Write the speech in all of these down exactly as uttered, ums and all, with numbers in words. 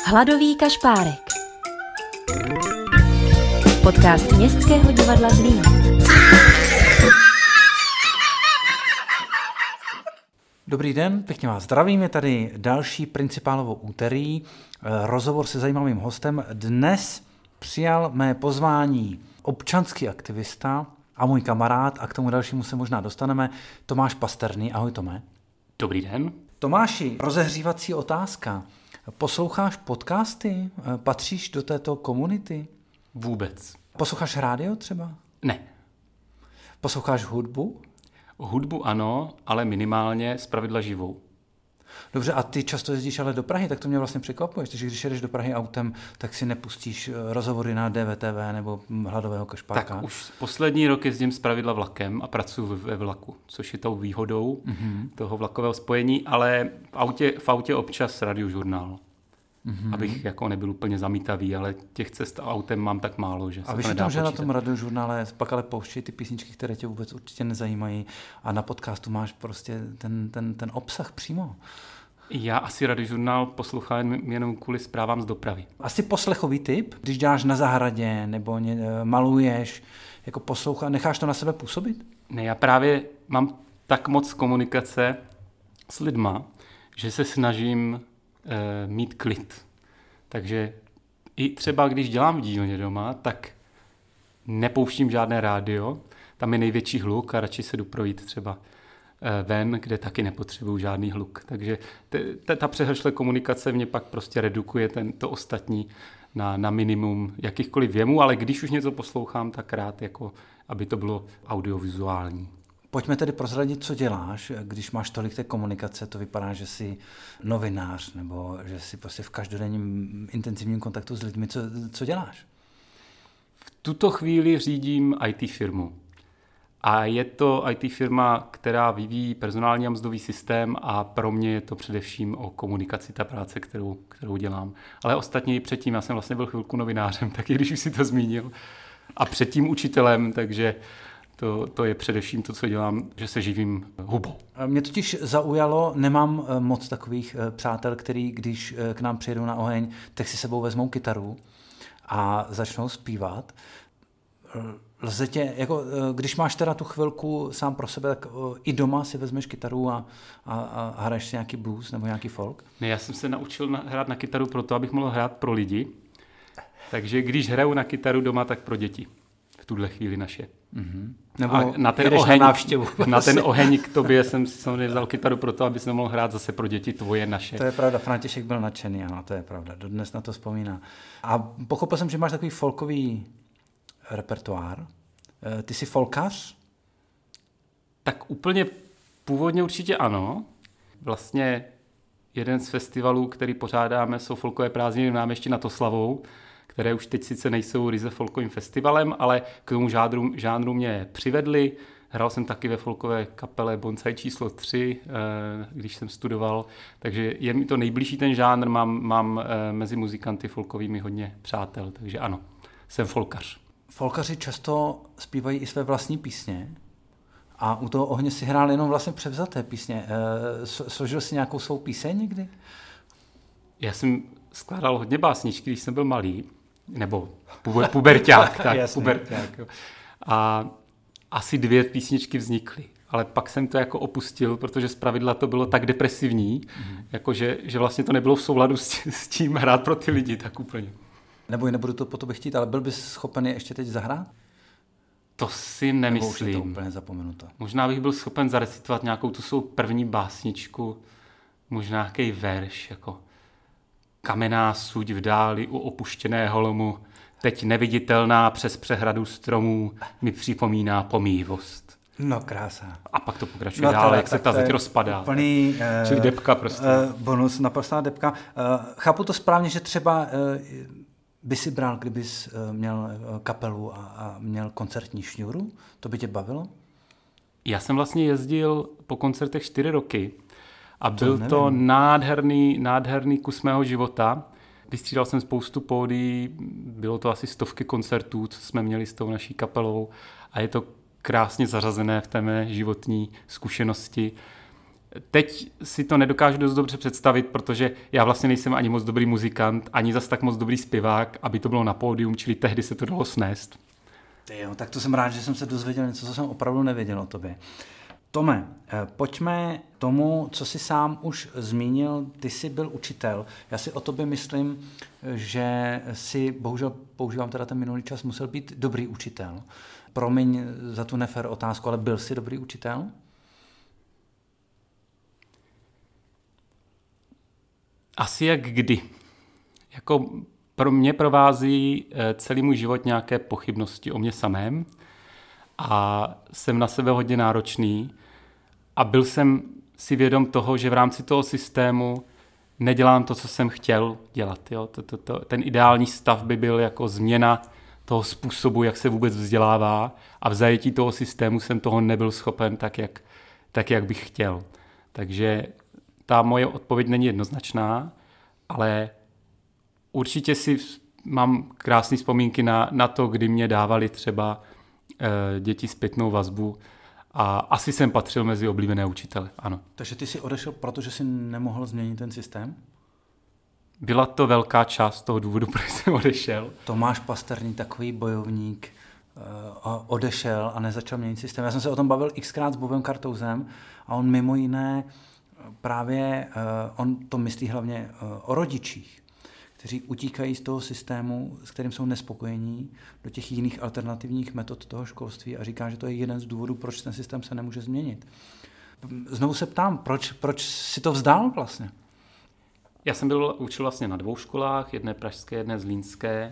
Hladový kašpárek. Podcast Městského divadla Zlín. Dobrý den, pěkně vás zdravím, je tady další Principálovo úterý, rozhovor se zajímavým hostem. Dnes přijal mé pozvání občanský aktivista a můj kamarád, a k tomu dalšímu se možná dostaneme, Tomáš Pasterný. Ahoj, Tome. Dobrý den. Tomáši, rozehřívací otázka. Posloucháš podcasty? Patříš do této komunity? Vůbec. Posloucháš rádio třeba? Ne. Posloucháš hudbu? Hudbu ano, ale minimálně zpravidla živou. Dobře, a ty často jezdíš ale do Prahy, tak to mě vlastně překvapuje, že když jedeš do Prahy autem, tak si nepustíš rozhovory na D V T V nebo Hladového kašpárka. Tak už poslední rok jezdím zpravidla vlakem a pracuji ve vlaku, což je tou výhodou mm-hmm. toho vlakového spojení, ale v autě, v autě občas radiožurnál. Mm-hmm. Abych jako nebyl úplně zamítavý, ale těch cest autem mám tak málo, že se a to víš nedá tom, že počítat. Na tom radiožurnále pak ale pouští ty písničky, které tě vůbec určitě nezajímají, a na podcastu máš prostě ten, ten, ten obsah přímo. Já asi radiožurnál poslouchám jenom kvůli zprávám z dopravy. Asi poslechový typ, když děláš na zahradě nebo ně, maluješ, jako poslouchá, necháš to na sebe působit? Ne, já právě mám tak moc komunikace s lidma, že se snažím e, mít klid. Takže i třeba když dělám v dílně doma, tak nepouštím žádné rádio, tam je největší hluk a radši se jdu projít třeba ven, kde taky nepotřebuju žádný hluk. Takže te, te, ta přehršle komunikace mě pak prostě redukuje ten, to ostatní na, na minimum jakýchkoliv věmů, ale když už něco poslouchám, tak rád, jako, aby to bylo audiovizuální. Pojďme tedy prozradit, co děláš, když máš tolik té komunikace. To vypadá, že jsi novinář nebo že jsi prostě v každodenním intenzivním kontaktu s lidmi. Co, co děláš? V tuto chvíli řídím í té firmu. A je to í té firma, která vyvíjí personální a mzdový systém, a pro mě je to především o komunikaci, ta práce, kterou, kterou dělám. Ale ostatně i předtím, já jsem vlastně byl chvilku novinářem, tak i když už si to zmínil. A předtím učitelem, takže to, to je především to, co dělám, že se živím hudbou. Mě totiž zaujalo, nemám moc takových přátel, který když k nám přijedou na oheň, tak si sebou vezmou kytaru a začnou zpívat. Lze tě, jako, když máš teda tu chvilku sám pro sebe, tak i doma si vezmeš kytaru a, a, a hraješ si nějaký blues nebo nějaký folk? Ne, já jsem se naučil na, hrát na kytaru proto, abych mohl hrát pro lidi. Takže když hraju na kytaru doma, tak pro děti. V tuhle chvíli naše. Mm-hmm. Nebo a na ten, oheň, na, návštěvu, na ten oheň k tobě jsem si samozřejmě vzal kytaru proto, aby jsem mohl hrát zase pro děti tvoje, naše. To je pravda, František byl nadšený, ano, to je pravda, dodnes na to vzpomíná. A pochopil jsem, že máš takový folkový repertoár. Ty jsi folkař? Tak úplně původně určitě ano. Vlastně jeden z festivalů, který pořádáme, jsou folkové prázdniny v Náměstí nad Oslavou, které už teď sice nejsou ryze folkovým festivalem, ale k tomu žánru, žánru mě přivedli. Hrál jsem taky ve folkové kapele Bonsai číslo tři, když jsem studoval, takže je mi to nejbližší ten žánr, mám, mám mezi muzikanty folkovými hodně přátel, takže ano, jsem folkař. Folkaři často zpívají i své vlastní písně a u toho ohně si hrál jenom vlastně převzaté písně. Složil jsi nějakou svou píseň někdy? Já jsem skládal hodně básničky, když jsem byl malý, nebo puber, puberťák. tak, puberťák jo. A asi dvě písničky vznikly, ale pak jsem to jako opustil, protože zpravidla to bylo tak depresivní, mm. jako že, že vlastně to nebylo v souladu s, s tím hrát pro ty lidi tak úplně. Nebo nebudu to po tobě chtít, ale byl bys schopen je ještě teď zahrát? To si nemyslím. Nebo už je to úplně zapomenuto? Možná bych byl schopen zarecitovat nějakou tu svou první básničku, možná nějaký verš, jako kamenná suď v dáli u opuštěného lomu, teď neviditelná přes přehradu stromů, mi připomíná pomývost. No krása. A pak to pokračuje no, dál, jak se ta zeď rozpadá. Plný, uh, Čili depka prostě. Uh, bonus, naprostá depka. Uh, chápu to správně, že třeba uh, by si bral, kdybys uh, měl kapelu a, a měl koncertní šňůru? To by tě bavilo? Já jsem vlastně jezdil po koncertech čtyři roky a byl to, to nádherný, nádherný kus mého života. Vystřídal jsem spoustu pódií, bylo to asi stovky koncertů, co jsme měli s tou naší kapelou, a je to krásně zařazené v té mé životní zkušenosti. teď si to nedokážu dost dobře představit, protože já vlastně nejsem ani moc dobrý muzikant, ani zas tak moc dobrý zpěvák, aby to bylo na pódium, čili tehdy se to dalo snést. Jo, tak to jsem rád, že jsem se dozvěděl něco, co jsem opravdu nevěděl o tobě. Tome, pojďme tomu, co jsi sám už zmínil, ty jsi byl učitel. Já si o tobě myslím, že si, bohužel používám teda ten minulý čas, musel být dobrý učitel. Promiň za tu nefér otázku, ale byl jsi dobrý učitel? Asi jak kdy. Jako pro mě provází celý můj život nějaké pochybnosti o mě samém a jsem na sebe hodně náročný a byl jsem si vědom toho, že v rámci toho systému nedělám to, co jsem chtěl dělat. Jo? To, to, to, ten ideální stav by byl jako změna toho způsobu, jak se vůbec vzdělává a v zajetí toho systému jsem toho nebyl schopen tak, jak, tak, jak bych chtěl. Takže ta moje odpověď není jednoznačná, ale určitě si mám krásné vzpomínky na, na to, kdy mě dávali třeba e, děti zpětnou vazbu a asi jsem patřil mezi oblíbené učitele, ano. Takže ty jsi odešel, protože jsi nemohl změnit ten systém? Byla to velká část toho důvodu, proč jsem odešel. Tomáš Pasterný, takový bojovník, odešel a nezačal měnit systém. Já jsem se o tom bavil xkrát s Bobem Kartouzem a on mimo jiné právě, on to myslí hlavně o rodičích, kteří utíkají z toho systému, s kterým jsou nespokojení, do těch jiných alternativních metod toho školství a říká, že to je jeden z důvodů, proč ten systém se nemůže změnit. Znovu se ptám, proč, proč si to vzdál vlastně? Já jsem byl učil vlastně na dvou školách, jedné pražské, jedné zlínské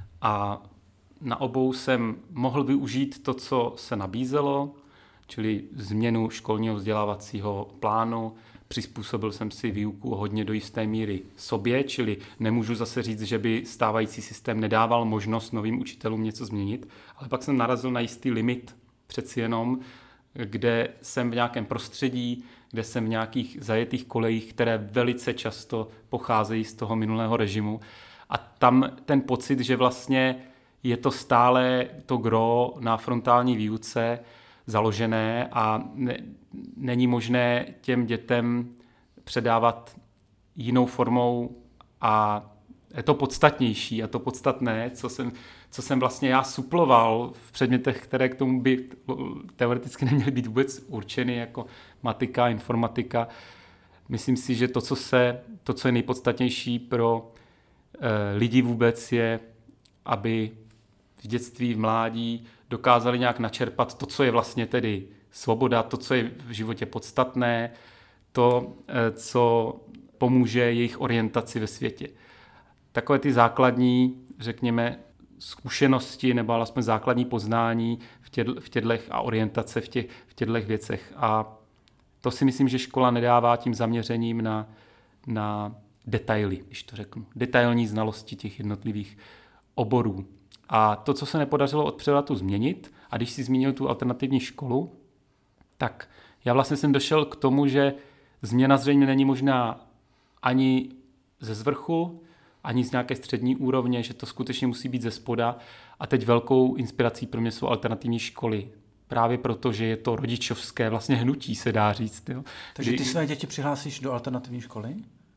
a na obou jsem mohl využít to, co se nabízelo, čili změnu školního vzdělávacího plánu. Přizpůsobil jsem si výuku hodně do jisté míry sobě, čili nemůžu zase říct, že by stávající systém nedával možnost novým učitelům něco změnit, ale pak jsem narazil na jistý limit přeci jenom, kde jsem v nějakém prostředí, kde jsem v nějakých zajetých kolejích, které velice často pocházejí z toho minulého režimu. A tam ten pocit, že vlastně je to stále to gro na frontální výuce založené a ne, není možné těm dětem předávat jinou formou a je to podstatnější a to podstatné, co jsem, co jsem vlastně já suploval v předmětech, které k tomu by teoreticky neměly být vůbec určeny, jako matika, informatika. Myslím si, že to, co, se, to, co je nejpodstatnější pro e, lidi vůbec, je, aby v dětství, v mládí dokázali nějak načerpat to, co je vlastně tedy svoboda, to, co je v životě podstatné, to, e, co pomůže jejich orientaci ve světě. Takové ty základní, řekněme, zkušenosti nebo alespoň základní poznání v těchto v těchto a orientace v těch v těchto věcech. A to si myslím, že škola nedává tím zaměřením na, na detaily, když to řeknu. Detailní znalosti těch jednotlivých oborů. A to, co se nepodařilo od převratu změnit, a když si zmínil tu alternativní školu, tak já vlastně jsem došel k tomu, že změna zřejmě není možná ani ze zvrchu, ani z nějaké střední úrovně, že to skutečně musí být ze spoda. A teď velkou inspirací pro mě jsou alternativní školy. Právě proto, že je to rodičovské vlastně hnutí, se dá říct. Jo. Takže ty své děti přihlásíš do alternativní školy?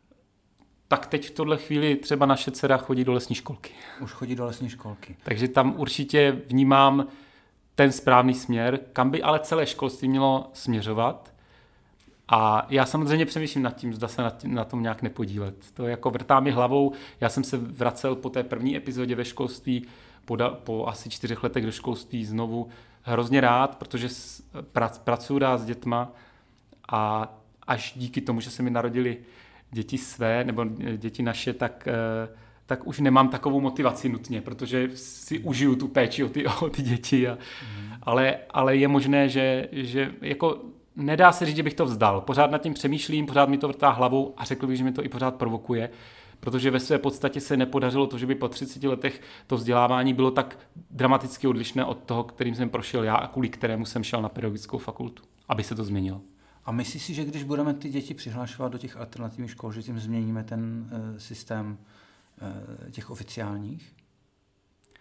Tak teď v tohle chvíli třeba naše dcera chodí do lesní školky. Už chodí do lesní školky. Takže tam určitě vnímám ten správný směr, kam by ale celé školství mělo směřovat. A já samozřejmě přemýšlím nad tím, zda se nad tím, na tom nějak nepodílet. To jako vrtá mi hlavou. Já jsem se vracel po té první epizodě ve školství, po, da, po asi čtyřech letech do školství znovu hrozně rád, protože prac, pracuji rád s dětma a až díky tomu, že se mi narodili děti své, nebo děti naše, tak, tak už nemám takovou motivaci nutně, protože si užiju tu péči o ty, o ty děti. A, mm. ale, ale je možné, že, že jako nedá se říct, že bych to vzdal. Pořád nad tím přemýšlím, pořád mi to vrtá hlavou a řekl bych, že mi to i pořád provokuje, protože ve své podstatě se nepodařilo to, že by po třiceti letech to vzdělávání bylo tak dramaticky odlišné od toho, kterým jsem prošel já a kvůli kterému jsem šel na pedagogickou fakultu, aby se to změnilo. A myslíš si, že když budeme ty děti přihlašovat do těch alternativních škol, že tím změníme ten uh, systém uh, těch oficiálních?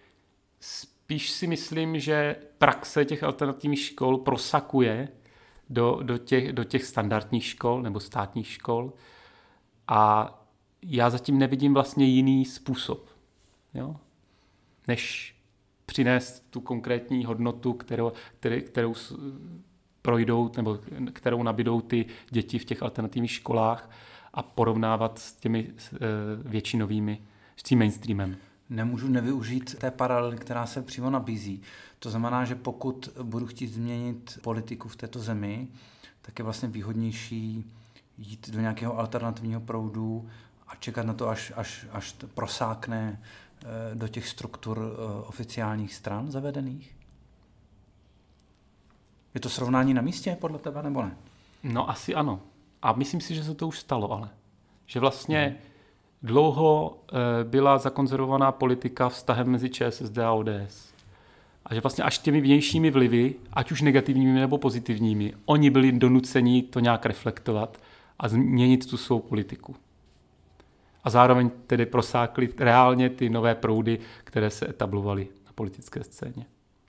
Spíš si myslím, že praxe těch alternativních škol prosakuje do, do, těch, do těch standardních škol nebo státních škol a já zatím nevidím vlastně jiný způsob, jo? Než přinést tu konkrétní hodnotu, kterou, který, kterou projdou nebo kterou nabídou ty děti v těch alternativních školách a porovnávat s těmi většinovými, s tím mainstreamem. Nemůžu nevyužít té paralely, která se přímo nabízí. To znamená, že pokud budu chtít změnit politiku v této zemi, tak je vlastně výhodnější jít do nějakého alternativního proudu a čekat na to, až, až, až prosákne do těch struktur oficiálních stran zavedených? Je to srovnání na místě podle tebe, nebo ne? No asi ano. A myslím si, že se to už stalo, ale. Že vlastně hmm. dlouho byla zakonzervovaná politika vztahem mezi ČSSD a O D S. A že vlastně až těmi vnějšími vlivy, ať už negativními nebo pozitivními, oni byli donuceni to nějak reflektovat a změnit tu svou politiku. A zároveň tedy prosákly reálně ty nové proudy, které se etablovaly na politické scéně.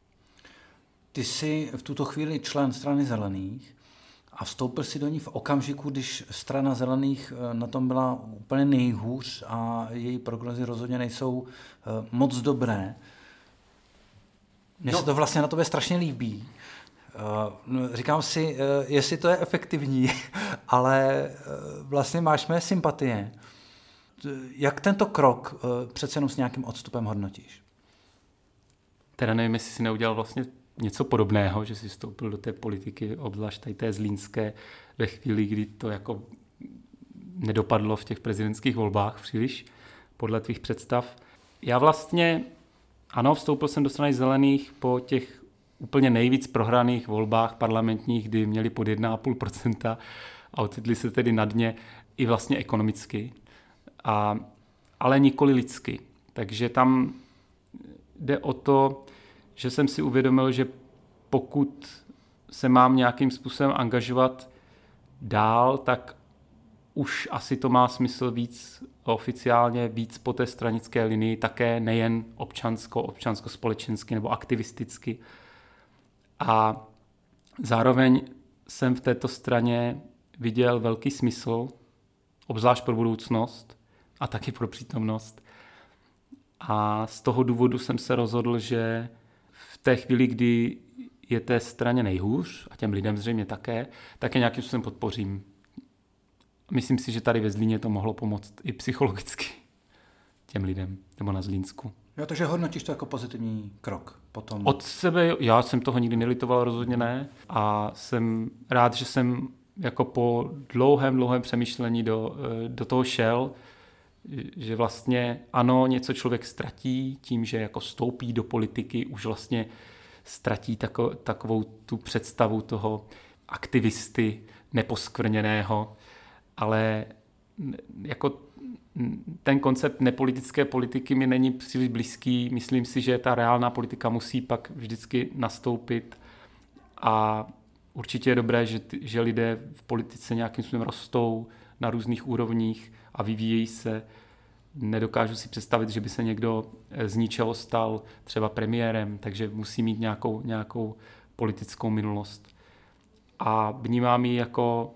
Ty jsi v tuto chvíli člen Strany zelených a vstoupil si do ní v okamžiku, když Strana zelených na tom byla úplně nejhůř a její prognozy rozhodně nejsou moc dobré. Mně no. se to vlastně na tobě strašně líbí. Říkám si, jestli to je efektivní, ale vlastně máš mé sympatie. Jak tento krok přece jenom s nějakým odstupem hodnotíš? Teda nevím, jestli jsi neudělal vlastně něco podobného, že jsi vstoupil do té politiky, obzvlášť tady té zlínské, ve chvíli, kdy to jako nedopadlo v těch prezidentských volbách příliš, podle tvých představ. Já vlastně, ano, vstoupil jsem do Strany zelených po těch úplně nejvíc prohraných volbách parlamentních, kdy měli pod jedna celá pět procenta a ocitli se tedy na dně i vlastně ekonomicky, a, ale nikoli lidsky. Takže tam jde o to, že jsem si uvědomil, že pokud se mám nějakým způsobem angažovat dál, tak už asi to má smysl víc oficiálně, víc po té stranické linii, také nejen občansko, občansko-společensky nebo aktivisticky. A zároveň jsem v této straně viděl velký smysl, obzvlášť pro budoucnost a taky pro přítomnost. A z toho důvodu jsem se rozhodl, že v té chvíli, kdy je té straně nejhůř, a těm lidem zřejmě také, tak je nějakým způsobem podpořím. Myslím si, že tady ve Zlíně to mohlo pomoct i psychologicky těm lidem, nebo na Zlínsku. Jo, takže hodnotíš to jako pozitivní krok potom? Od sebe, já jsem toho nikdy nelitoval, rozhodně ne. A jsem rád, že jsem jako po dlouhém, dlouhém přemýšlení do, do toho šel, že vlastně ano, něco člověk ztratí tím, že jako vstoupí do politiky, už vlastně ztratí tako, takovou tu představu toho aktivisty neposkvrněného, ale jako ten koncept nepolitické politiky mi není příliš blízký. Myslím si, že ta reálná politika musí pak vždycky nastoupit a určitě je dobré, že, že lidé v politice nějakým způsobem rostou na různých úrovních a vyvíjejí se. Nedokážu si představit, že by se někdo z ničeho stal třeba premiérem, takže musí mít nějakou, nějakou politickou minulost. A vnímám ji jako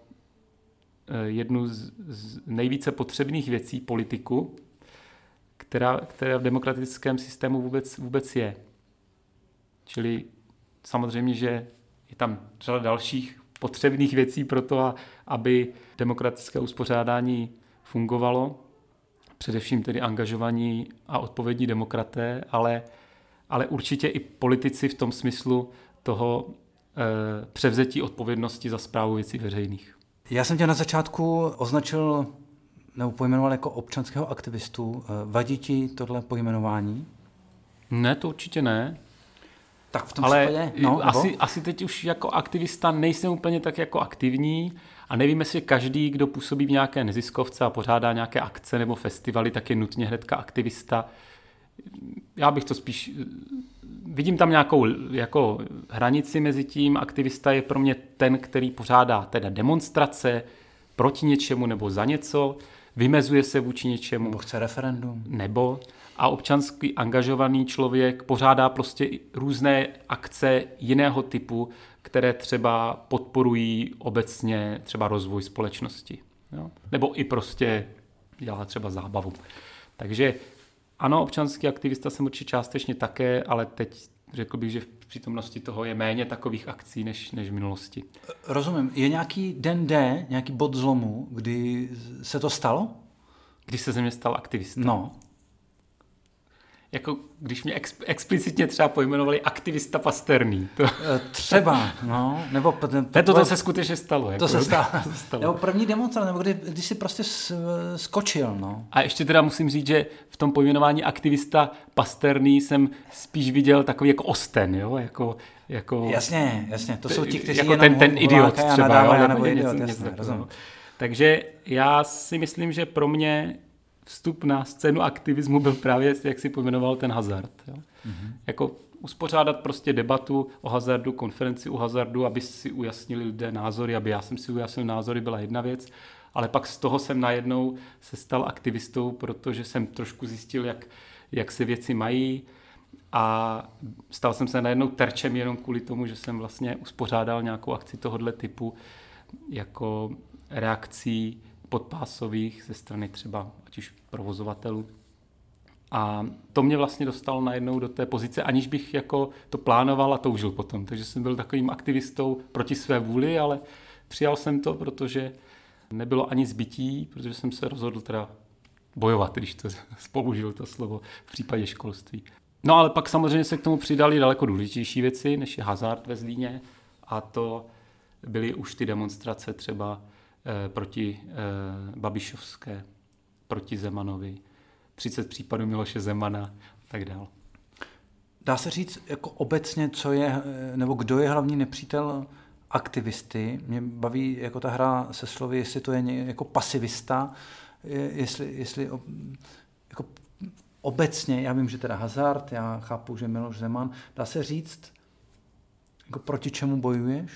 jednu z, z nejvíce potřebných věcí politiku, která, která v demokratickém systému vůbec, vůbec je. Čili samozřejmě, že je tam řada dalších potřebných věcí pro to, aby demokratické uspořádání fungovalo. Především tedy angažovaní a odpovědní demokraté, ale, ale určitě i politici v tom smyslu toho e, převzetí odpovědnosti za správu věcí veřejných. Já jsem tě na začátku označil nebo pojmenoval jako občanského aktivistu. Vadí ti tohle pojmenování? Ne, to určitě ne. Tak v tom ale případě? No, asi, asi teď už jako aktivista nejsem úplně tak jako aktivní a nevím, jestli každý, kdo působí v nějaké neziskovce a pořádá nějaké akce nebo festivaly, tak je nutně hnedka aktivista. Já bych to spíš... Vidím tam nějakou jako hranici mezi tím. Aktivista je pro mě ten, který pořádá teda demonstrace proti něčemu nebo za něco, vymezuje se vůči něčemu. Nebo chce referendum. Nebo, a občanský angažovaný člověk pořádá prostě různé akce jiného typu, které třeba podporují obecně třeba rozvoj společnosti. Jo? Nebo i prostě dělá třeba zábavu. Takže ano, občanský aktivista jsem určitě částečně také, ale teď řekl bych, že v přítomnosti toho je méně takových akcí než, než v minulosti. Rozumím. Je nějaký den D, nějaký bod zlomu, kdy se to stalo? Když se ze mě stal aktivista? No. Jako když mě ex, explicitně třeba pojmenovali aktivista pasterný. To... Třeba, no. Nebo to, to, to, to se skutečně stalo. Jako, to se stalo. To stalo. Nebo první demonstrace, nebo kdy, když si prostě skočil. No. A ještě teda musím říct, že v tom pojmenování aktivista pasterný jsem spíš viděl takový jako osten, jo? Jako, jako, jasně, jasně. To jsou ti, kteří jako ten, ten idiot třeba. Nadávají, jo? Nebo Něco, idiot, něco, jasně, něco, takže já si myslím, že pro mě vstup na scénu aktivismu byl právě, jak si pojmenoval, ten hazard. Jo? Mm-hmm. Jako uspořádat prostě debatu o hazardu, konferenci o hazardu, aby si ujasnili lidé názory, aby já jsem si ujasnil názory, byla jedna věc, ale pak z toho jsem najednou se stal aktivistou, protože jsem trošku zjistil, jak, jak se věci mají a stal jsem se najednou terčem jenom kvůli tomu, že jsem vlastně uspořádal nějakou akci tohohle typu jako reakcí podpásových ze strany třeba ať už provozovatelů. A to mě vlastně dostalo najednou do té pozice, aniž bych jako to plánoval a toužil potom. Takže jsem byl takovým aktivistou proti své vůli, ale přijal jsem to, protože nebylo ani zbytí, protože jsem se rozhodl teda bojovat, když to použil to slovo v případě školství. No ale pak samozřejmě se k tomu přidali daleko důležitější věci, než je hazard ve Zlíně, a to byly už ty demonstrace třeba eh, proti eh, Babišovské, proti Zemanovi, třicet případů Miloše Zemana a tak dále. Dá se říct jako obecně, co je, nebo kdo je hlavní nepřítel aktivisty? Mě baví jako ta hra se slovy, jestli to je jako pasivista, jestli, jestli jako obecně, já vím, že teda hazard, já chápu, že Miloš Zeman, dá se říct, jako proti čemu bojuješ?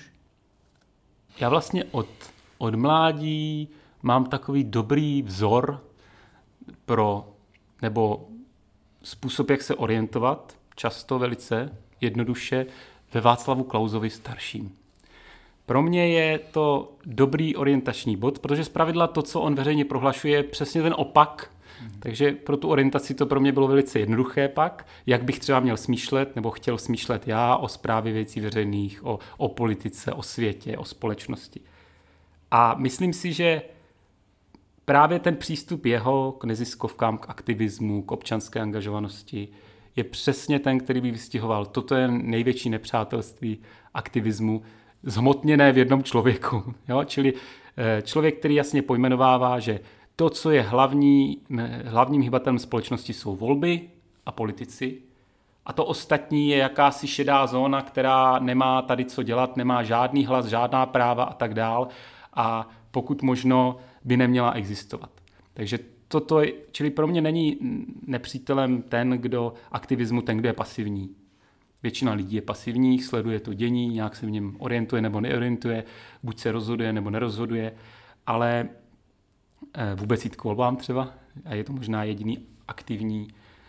Já vlastně od, od mládí mám takový dobrý vzor pro, nebo způsob, jak se orientovat, často velice jednoduše, ve Václavu Klausovi starším. Pro mě je to dobrý orientační bod, protože zpravidla to, co on veřejně prohlašuje, je přesně ten opak. Mm. Takže pro tu orientaci to pro mě bylo velice jednoduché pak, jak bych třeba měl smýšlet, nebo chtěl smýšlet já o správě věcí veřejných, o, o politice, o světě, o společnosti. A myslím si, že právě ten přístup jeho k neziskovkám, k aktivismu, k občanské angažovanosti je přesně ten, který by vystihoval. Toto je největší nepřátelství aktivismu, zhmotněné v jednom člověku. Jo? Čili člověk, který jasně pojmenovává, že to, co je hlavní, hlavním hybatelem společnosti, jsou volby a politici. A to ostatní je jakási šedá zóna, která nemá tady co dělat, nemá žádný hlas, žádná práva a tak dál. A pokud možno by neměla existovat. Takže toto je, čili pro mě není nepřítelem ten, kdo aktivismu, ten, kdo je pasivní. Většina lidí je pasivních, sleduje to dění, nějak se v něm orientuje nebo neorientuje, buď se rozhoduje nebo nerozhoduje, ale vůbec jít k volbám třeba, a je to možná jediný aktivní,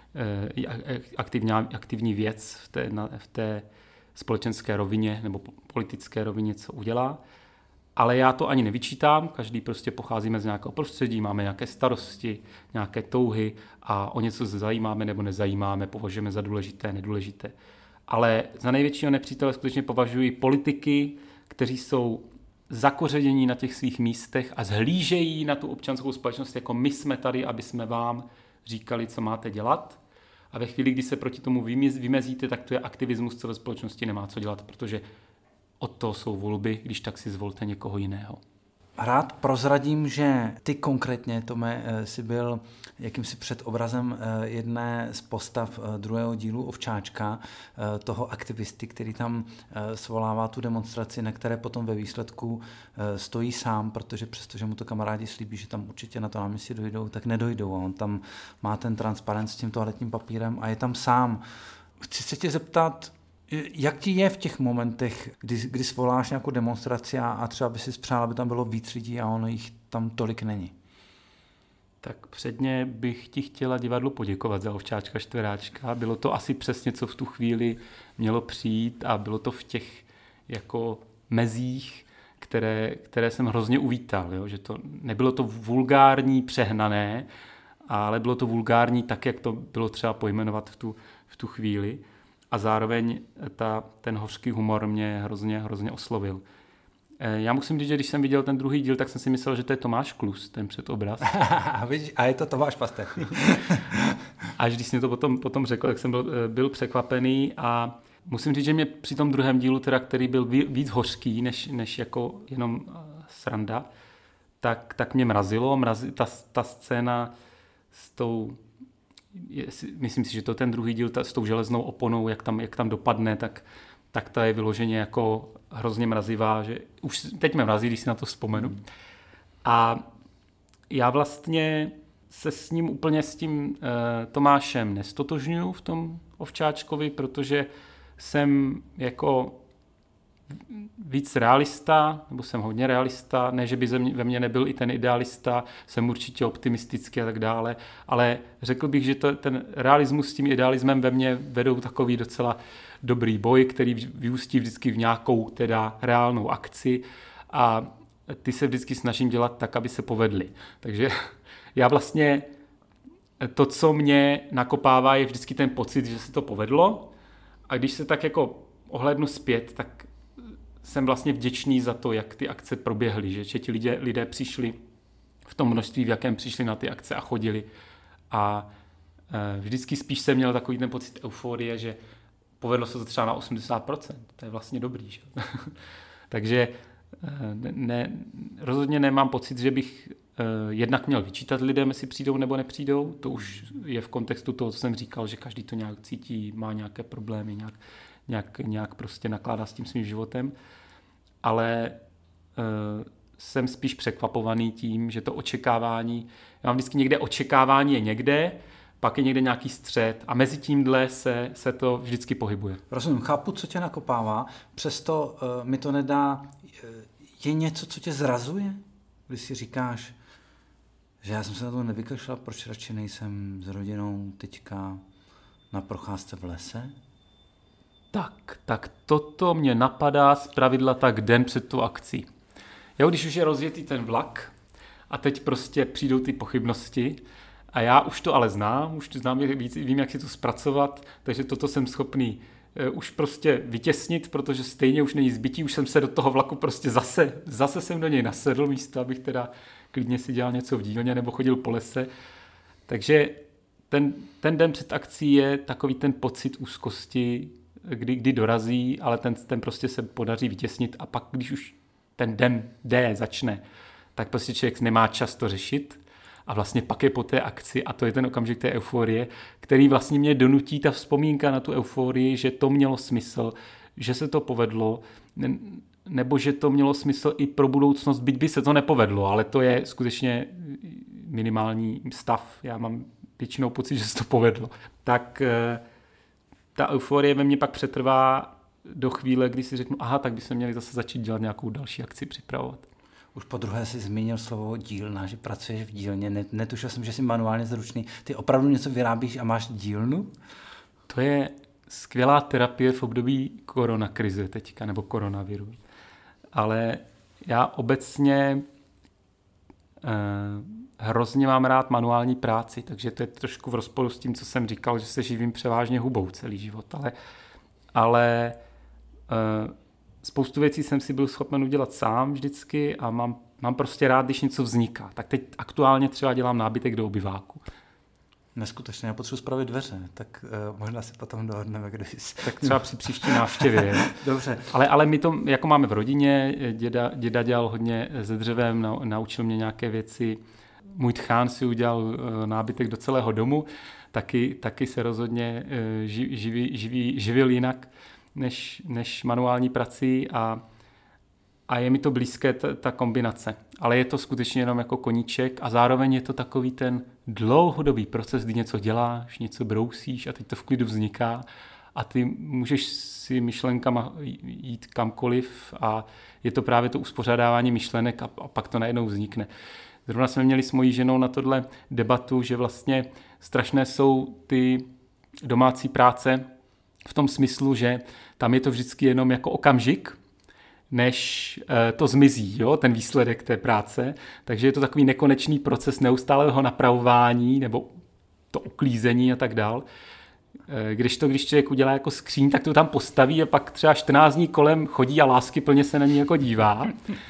aktivní, aktivní věc v té, v té společenské rovině nebo politické rovině, co udělá. Ale já to ani nevyčítám, každý prostě pocházíme z nějakého prostředí, máme nějaké starosti, nějaké touhy a o něco se zajímáme nebo nezajímáme, považujeme za důležité, nedůležité. Ale za největšího nepřítele skutečně považuji politiky, kteří jsou zakořenění na těch svých místech a zhlížejí na tu občanskou společnost, jako my jsme tady, aby jsme vám říkali, co máte dělat. A ve chvíli, kdy se proti tomu vymezíte, tak to je aktivismus, co ve společnosti nemá co dělat, protože od toho jsou volby, když tak si zvolte někoho jiného. Rád prozradím, že ty konkrétně, Tome, si byl jakýmsi předobrazem jedné z postav druhého dílu Ovčáčka, toho aktivisty, který tam svolává tu demonstraci, na které potom ve výsledku stojí sám, protože přestože mu to kamarádi slíbí, že tam určitě na to náměstí dojdou, tak nedojdou. A on tam má ten transparent s tím toaletním papírem a je tam sám. Chci se tě zeptat, jak ti je v těch momentech, kdy, kdy svoláš nějakou demonstraci a, a třeba by si přál, aby tam bylo víc lidí a ono jich tam tolik není? Tak předně bych ti chtěla divadlu poděkovat za Ovčáčka čtveráčka. Bylo to asi přesně, co v tu chvíli mělo přijít a bylo to v těch jako mezích, které, které jsem hrozně uvítal. Jo? Že to, nebylo to vulgární, přehnané, ale bylo to vulgární tak, jak to bylo třeba pojmenovat v tu, v tu chvíli. A zároveň ta, ten hořký humor mě hrozně, hrozně oslovil. Já musím říct, že když jsem viděl ten druhý díl, tak jsem si myslel, že to je Tomáš Klus, ten předobraz. A je to Tomáš Pastek. Až když jsi mi to potom, potom řekl, tak jsem byl, byl překvapený a musím říct, že mě při tom druhém dílu, teda, který byl víc hořký, než, než jako jenom sranda, tak, tak mě mrazilo. Mrazi, ta, ta scéna s tou, je, myslím si, že to ten druhý díl ta, s tou železnou oponou, jak tam, jak tam dopadne, tak, tak ta je vyloženě jako hrozně mrazivá, že už teď mě mrazí, když si na to vzpomenu. A já vlastně se s ním úplně s tím e, Tomášem nestotožňuju v tom Ovčáčkovi, protože jsem jako víc realista, nebo jsem hodně realista, ne, že by ve mně nebyl i ten idealista, jsem určitě optimistický a tak dále, ale řekl bych, že to, ten realismus s tím idealismem ve mně vedou takový docela dobrý boj, který vyústí vždycky v nějakou teda reálnou akci a ty se vždycky snažím dělat tak, aby se povedly. Takže já vlastně to, co mě nakopává, je vždycky ten pocit, že se to povedlo a když se tak jako ohlédnu zpět, tak jsem vlastně vděčný za to, jak ty akce proběhly, že, že ti lidé, lidé přišli v tom množství, v jakém přišli na ty akce a chodili a e, vždycky spíš jsem měl takový ten pocit euforie, že povedlo se to třeba na osmdesát procent. To je vlastně dobrý. Že? Takže ne, ne, rozhodně nemám pocit, že bych eh, jednak měl vyčítat lidem, jestli přijdou nebo nepřijdou. To už je v kontextu toho, co jsem říkal, že každý to nějak cítí, má nějaké problémy, nějak, nějak, nějak prostě nakládá s tím svým životem. Ale eh, jsem spíš překvapovaný tím, že to očekávání, já mám vždycky někde očekávání je někde, pak je někde nějaký střed a mezi tímhle se, se to vždycky pohybuje. Rozumím, chápu, co tě nakopává, přesto uh, mi to nedá, uh, je něco, co tě zrazuje, když si říkáš, že já jsem se na to nevykašlal, proč radši nejsem s rodinou teďka na procházce v lese? Tak, tak toto mě napadá zpravidla tak den před tu akcí. Jo, když už je rozjetý ten vlak a teď prostě přijdou ty pochybnosti, a já už to ale znám, už to znám víc, vím, jak si to zpracovat, takže toto jsem schopný uh, už prostě vytěsnit, protože stejně už není zbytí, už jsem se do toho vlaku prostě zase, zase jsem do něj nasedl, místo abych teda klidně si dělal něco v dílně nebo chodil po lese. Takže ten, ten den před akcí je takový ten pocit úzkosti, kdy, kdy dorazí, ale ten, ten prostě se podaří vytěsnit a pak, když už ten den D začne, tak prostě člověk nemá čas to řešit. A vlastně pak je po té akci, a to je ten okamžik té euforie, který vlastně mě donutí ta vzpomínka na tu euforii, že to mělo smysl, že se to povedlo, nebo že to mělo smysl i pro budoucnost, byť by se to nepovedlo, ale to je skutečně minimální stav. Já mám většinou pocit, že se to povedlo. Tak ta euforie ve mně pak přetrvá do chvíle, kdy si řeknu, aha, tak by se měli zase začít dělat nějakou další akci, připravovat. Už po druhé jsi zmínil slovo dílna, že pracuješ v dílně. Netušil jsem, že jsi manuálně zručný. Ty opravdu něco vyrábíš a máš dílnu? To je skvělá terapie v období koronakrize teďka, nebo koronaviru. Ale já obecně eh, hrozně mám rád manuální práci, takže to je trošku v rozporu s tím, co jsem říkal, že se živím převážně hubou celý život. Ale, ale eh, spoustu věcí jsem si byl schopen udělat sám vždycky a mám, mám prostě rád, když něco vzniká. Tak teď aktuálně třeba dělám nábytek do obyváku. Neskutečně, já potřebuji spravit dveře, tak uh, možná si potom dohodneme, když... Tak třeba při příští návštěvě. Dobře. Ale, ale my to jako máme v rodině, děda, děda dělal hodně se dřevem, na, naučil mě nějaké věci. Můj tchán si udělal uh, nábytek do celého domu, taky, taky se rozhodně uh, živí, živí, živí, živil jinak než, než manuální prací a, a je mi to blízké ta, ta kombinace. Ale je to skutečně jenom jako koníček a zároveň je to takový ten dlouhodobý proces, kdy něco děláš, něco brousíš a teď to v klidu vzniká a ty můžeš si myšlenkama jít kamkoliv a je to právě to uspořádávání myšlenek a, a pak to najednou vznikne. Zrovna jsme měli s mojí ženou na tohle debatu, že vlastně strašné jsou ty domácí práce v tom smyslu, že tam je to vždycky jenom jako okamžik, než to zmizí, jo, ten výsledek té práce. Takže je to takový nekonečný proces neustálého napravování nebo to uklízení a tak dál. Když to, když člověk udělá jako skříň, tak to tam postaví a pak třeba čtrnáct dní kolem chodí a láskyplně se na ní jako dívá.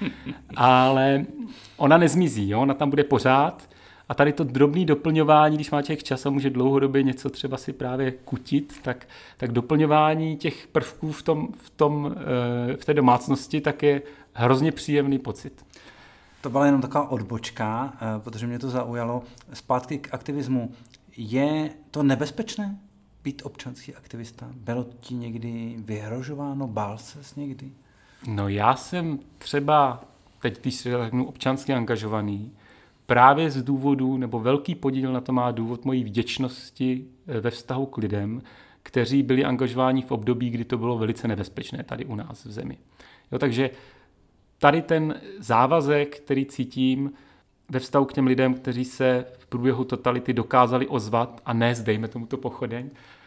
Ale ona nezmizí, jo? Ona tam bude pořád. A tady to drobné doplňování, když má člověk čas a může dlouhodobě něco třeba si právě kutit, tak, tak doplňování těch prvků v, tom, v, tom, v té domácnosti tak je hrozně příjemný pocit. To byla jenom taková odbočka, protože mě to zaujalo. Zpátky k aktivismu. Je to nebezpečné být občanský aktivista? Bylo ti někdy vyhrožováno? Bál ses někdy? No já jsem třeba, teď když se řeknu občansky angažovaný, právě z důvodu, nebo velký podíl na to má důvod mojí vděčnosti ve vztahu k lidem, kteří byli angažováni v období, kdy to bylo velice nebezpečné tady u nás v zemi. Jo, takže tady ten závazek, který cítím ve vztahu k těm lidem, kteří se v průběhu totality dokázali ozvat a nést, dejme tomuto pochodeň,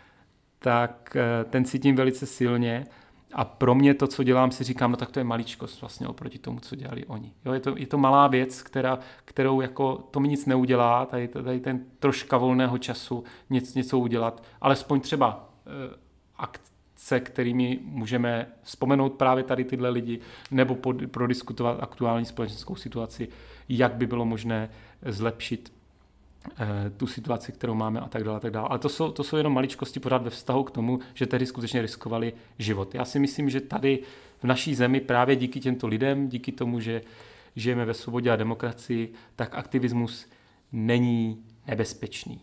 tak ten cítím velice silně. A pro mě to, co dělám, si říkám, no tak to je maličkost vlastně oproti tomu, co dělali oni. Jo, je, to, je to malá věc, která, kterou jako to mi nic neudělá, tady, tady ten troška volného času něco, něco udělat, alespoň třeba eh, akce, kterými můžeme vzpomenout právě tady tyhle lidi, nebo pod, prodiskutovat aktuální společenskou situaci, jak by bylo možné zlepšit tu situaci, kterou máme a tak dále, a tak dále. Ale to jsou, to jsou jenom maličkosti pořád ve vztahu k tomu, že tehdy skutečně riskovali život. Já si myslím, že tady v naší zemi právě díky těmto lidem, díky tomu, že žijeme ve svobodě a demokracii, tak aktivismus není nebezpečný.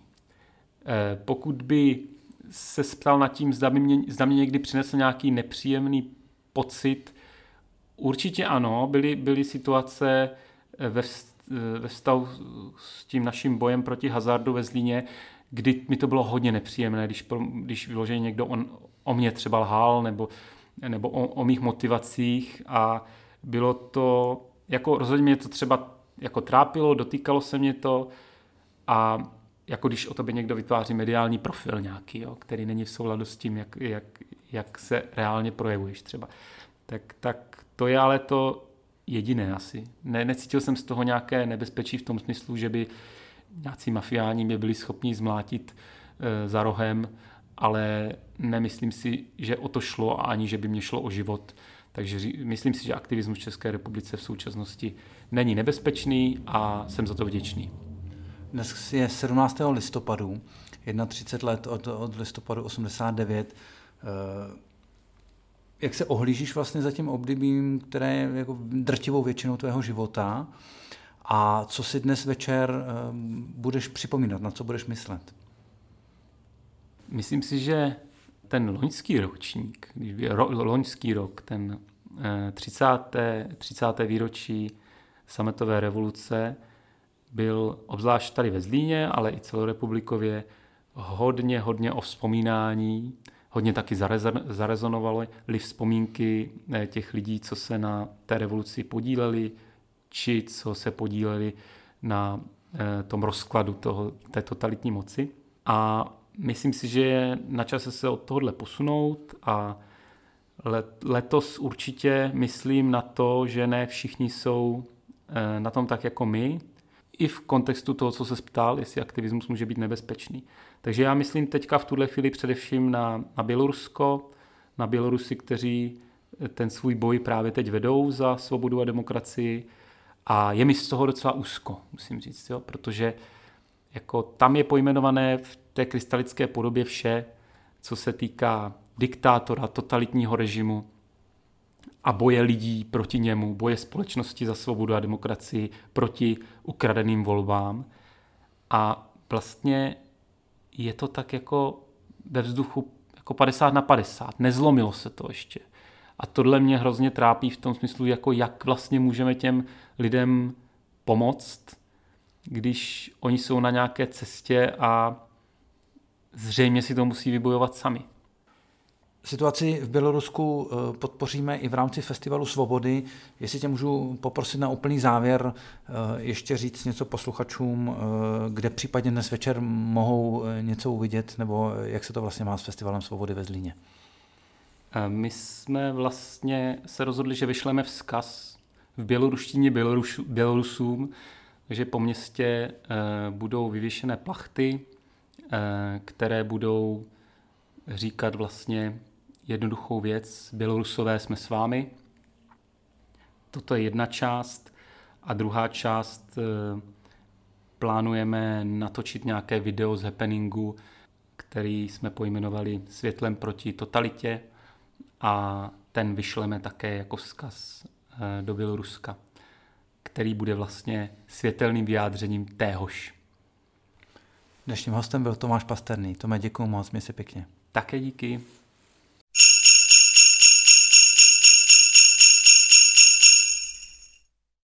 Pokud by se ptal nad tím, zda, by mě, zda mě někdy přinesl nějaký nepříjemný pocit, určitě ano, byly, byly situace ve vztahu ve vztahu s tím naším bojem proti hazardu ve Zlíně, kdy mi to bylo hodně nepříjemné, když, když vyloženě někdo on, o mě třeba lhal nebo, nebo o, o mých motivacích a bylo to, jako rozhodně mě to třeba jako trápilo, dotýkalo se mě to a jako když o tobě někdo vytváří mediální profil nějaký, jo, který není v souladu s tím, jak, jak, jak se reálně projevuješ třeba. Tak, tak to je ale to jediné asi. Ne, necítil jsem z toho nějaké nebezpečí v tom smyslu, že by nějací mafiáni mě byli schopni zmlátit e, za rohem, ale nemyslím si, že o to šlo a ani, že by mě šlo o život. Takže myslím si, že aktivismus v České republice v současnosti není nebezpečný a jsem za to vděčný. Dnes je sedmnáctého listopadu, třicet jedna let od, od listopadu osmdesát devět. E, Jak se ohlížíš vlastně za tím obdobím, které je jako drtivou většinou tvého života a co si dnes večer budeš připomínat, na co budeš myslet? Myslím si, že ten loňský ročník, ro, loňský rok, ten třicáté třicáté výročí sametové revoluce byl obzvlášť tady ve Zlíně, ale i celorepublikově hodně, hodně o vzpomínání. Hodně taky zarezonovaly vzpomínky těch lidí, co se na té revoluci podíleli, či co se podíleli na tom rozkladu toho, té totalitní moci. A myslím si, že je na čase se od tohohle posunout a letos určitě myslím na to, že ne všichni jsou na tom tak jako my, i v kontextu toho, co se ptal, jestli aktivismus může být nebezpečný. Takže já myslím teďka v tuhle chvíli především na, na Bělorusko, na Bělorusy, kteří ten svůj boj právě teď vedou za svobodu a demokracii a je mi z toho docela úzko, musím říct, jo? Protože jako tam je pojmenované v té krystalické podobě vše, co se týká diktátora, totalitního režimu a boje lidí proti němu, boje společnosti za svobodu a demokracii proti ukradeným volbám. A vlastně je to tak jako ve vzduchu jako padesát na padesát. Nezlomilo se to ještě. A tohle mě hrozně trápí v tom smyslu, jako jak vlastně můžeme těm lidem pomoct, když oni jsou na nějaké cestě a zřejmě si to musí vybojovat sami. Situaci v Bělorusku podpoříme i v rámci Festivalu Svobody. Jestli tě můžu poprosit na úplný závěr ještě říct něco posluchačům, kde případně dnes večer mohou něco uvidět, nebo jak se to vlastně má s Festivalem Svobody ve Zlíně? My jsme vlastně se rozhodli, že vyšleme vzkaz v běloruštině Bělorus, Bělorusům, že po městě budou vyvěšené plachty, které budou říkat vlastně jednoduchou věc. Bělorusové, jsme s vámi. Toto je jedna část. A druhá část, plánujeme natočit nějaké video z happeningu, který jsme pojmenovali Světlem proti totalitě, a ten vyšleme také jako vzkaz do Běloruska, který bude vlastně světelným vyjádřením téhož. Dnešním hostem byl Tomáš Pasterný. Tome, děkuju moc, měj se pěkně. Také díky.